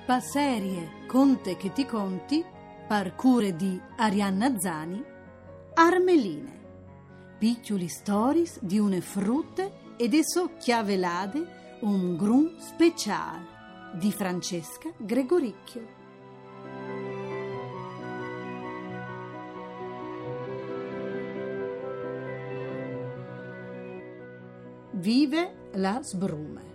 Pa serie Conte che ti conti, par cure di Arianna Zani, Armeline, piccioli stories di une frutte ed esso chiavelade un grun special di Francesca Gregoricchio. Vive la sbrume.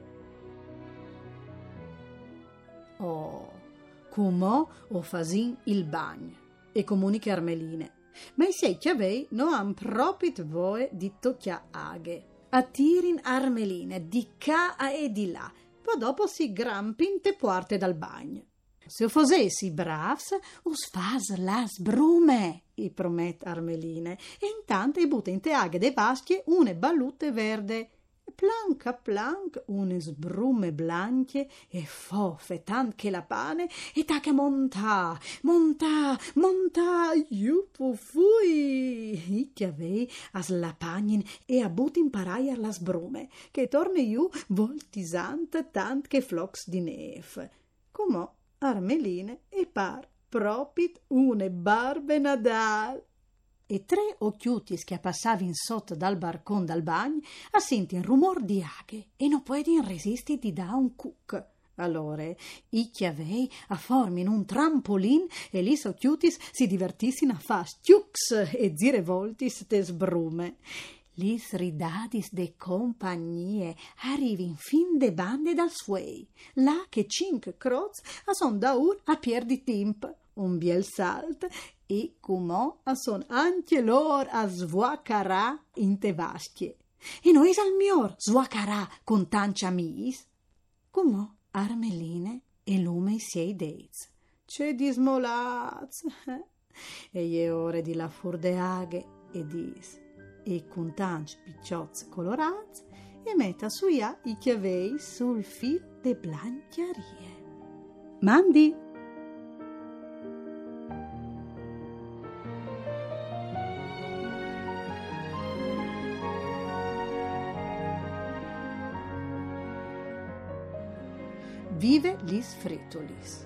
Oh, comò o fasin il bagno e comuniche Armeline, ma i sei chiavei no han propit voe di tocchia aghe. Attirin Armeline di ca e di là, poi dopo si grampin te puarte dal bagno. Se o fosessi bravs, us fas la sbrume, i promet Armeline, e intanto i butta in te aghe de vaschie une ballute verde. Plank a plank, une sbrume blanche e fofe tant che la pane e taca monta, iupu fui. I chiavei a slapagnin e a butin paraiar la sbrume, che torne iu voltisant tant che flox di nef. Comò Armeline e par propit une barbe Nadal. E tre occhiutis che passavin sotto dal barcon dal bagno a sentin rumor di aghe e non puedin resisti di da un cuc. Allora i chiavei a formin un trampolin e lis occhiutis si divertissin a fa stiux e zire voltis te sbrume. Lis ridadis de compagnie arrivin fin de bande dal suei, là che cinque croz a son daur a pier di timp, un biel salt e comò a son anche lor a svuacarà in te vaschie. E noi al mior svuacarà con tancia mis. Comò Armeline e lume i siei deiz. C'è dismolaz. E je ore di la fur de aghe e dis. E con tanci piccioz colorats e metta su ia i chiavei sul fil de blanchiarie. Mandi! Vive lis fretolis.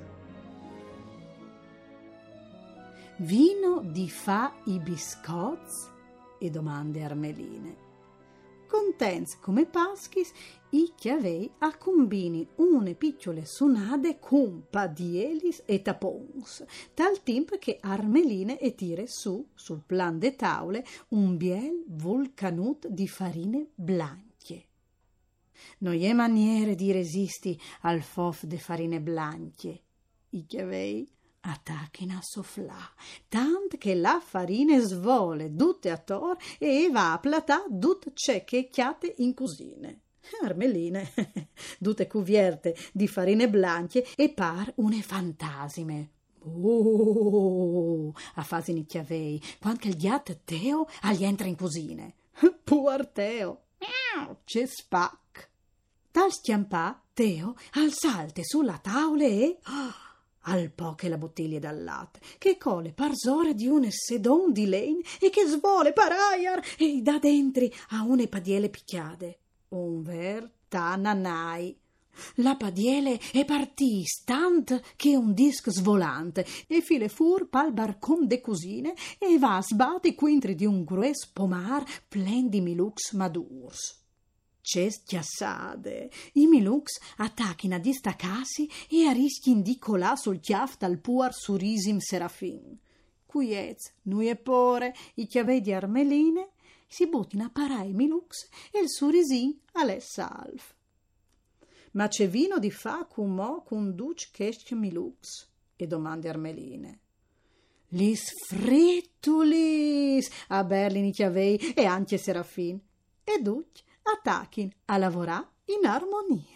Vino di fa i biscoz? E domande Armeline. Contents come paschis, i chiavei a combini une picciole sunade con padielis e tapons, tal timp che Armeline e tire sul plan de taule, un biel vulcanut di farine blanche. Non è maniere di resisti al fof de farine blanche. I chiavei attacchino a sofflà, tant che la farine svole tutte attor e va a platà tut c'è che chiate in cusine. Armeline, tutte cuvierte di farine blanche e par une fantasime. A fasin i chiavei, quando che il diat Teo agli entra in cusine. Puar Teo, c'è spac. Dal schiampà, Teo al salte sulla tavola e al po' che la bottiglia dal latte, che cole parzore di un sedon di legno e che svole paraiar e da dentri a une padiele picchiade. Un ver tananai. La padiele è partì stant che un disc svolante e file fur pal barcon de cusine e va a sbate quintri di un grues pomar plen di milux madurs. C'è schiassade, i milux attacchino a distaccarsi e a rischin di colà sul chiaf dal puar surisim serafin. Quiez, nui e pore, i chiavei di Armeline si buttin a parà i milux e il surisin alle salf. Ma c'è vino di fa cumò con duc chesc milux? E domande Armeline. Lis fritulis, a Berlin i chiavei e anche Serafin. E duc attachin a lavorà in armonie.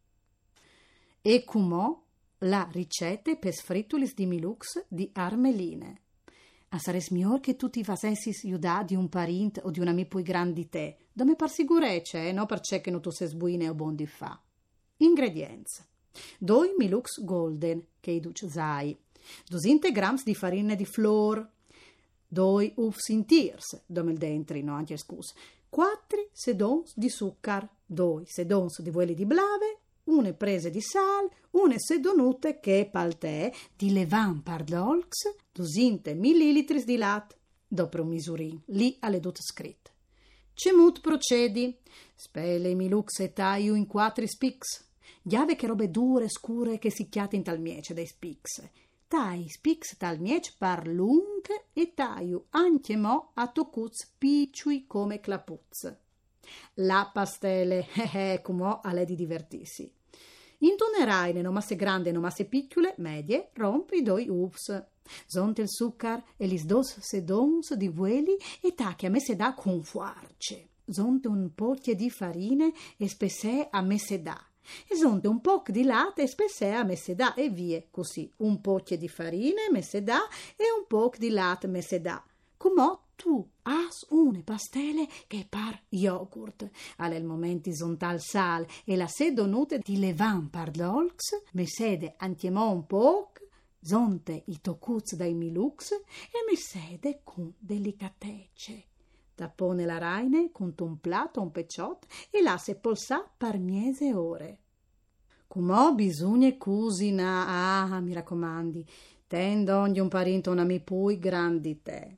E cumò la ricette per sfrittulis di milux di Armeline. A sares mior che tu ti facessis iudà di un parint o di un amico più grande di te, dove par sicurece, no perché che non tu sei sbuine o bon di fa. Ingredienze: 2 milux golden, che i duc sai, 200 grams di farina di flor, 2 ufs intirs, dome il dentri, no anche scus, 4 sedons di succar, 2 sedons di vueli di blave, une prese di sal, une sedonute che paltè di levan par dolx, 200 millilitri di lat. Dopo un misurin, lì alle dut scritto. Cemut procedi, spele i milux e taiu in 4 spics. Chiave che robe dure, scure che si chiate in tal miece dai spics. Tai spics tal miece par lung e taiu anche mo a tocuz picciui come clapuz. La pastele, come alle di divertirsi. Intonerai le nomasse grandi e nomasse piccole, medie, rompi doi ups. Zonte il succar e lis dos sedons di vueli e tacchi a messe da con fuarce. Zonte un pocchie di farine e spessè a messe da. E zonte un poc di latte e spessè a messe da e vie così. Un pocchie di farine messe da e un poc di latte messe da. Com'ò tu has une pastele che par yogurt. Alle il momenti zontal sal e la sedonute di levan par dolx, me sede antiemò un poc, zonte i tocuz dai milux e me sede con delicatece. Tappone la raine con un plato un pecciot e la se polsà par miese ore. Com'ò bisogna cusina, mi raccomandi, tendo ogni un parinto una mi pui grandi te.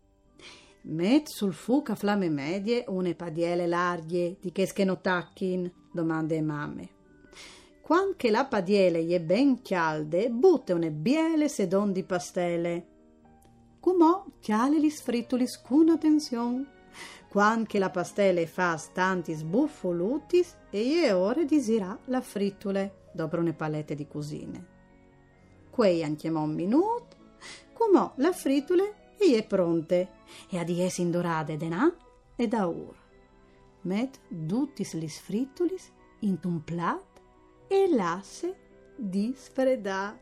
Met sul fuoco a flamme medie une padiele larghe di che schenotachin, domande mamme. Quando che la padiele è ben calde, butte une biele sedon di pastele. Com'ò chiale li sfrittulis con attenzione. Quando che la pastele fa tanti sbuffolutis e è ore di sirà la frittule, dopo une palette di cusine. Quei anchiemò un minuto, com'ò la frittule e è pronte, e a di esse indorade denà e da ur. Met duttis li sfrittulis in un plat e lasse di sfredà.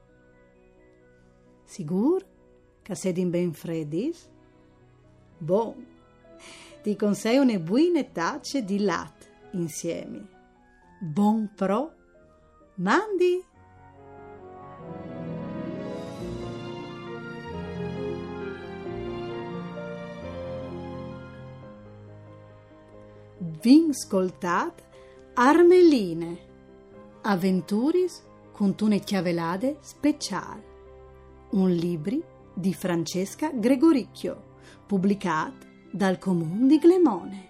Sigur che sedin ben freddis? Bon, ti consiglio une buine tacce di latte insieme. Bon pro, mandi! Vin scoltat Armeline, avventuris con une chiavelade special, un libri di Francesca Gregoricchio, pubblicat dal Comune di Glemone.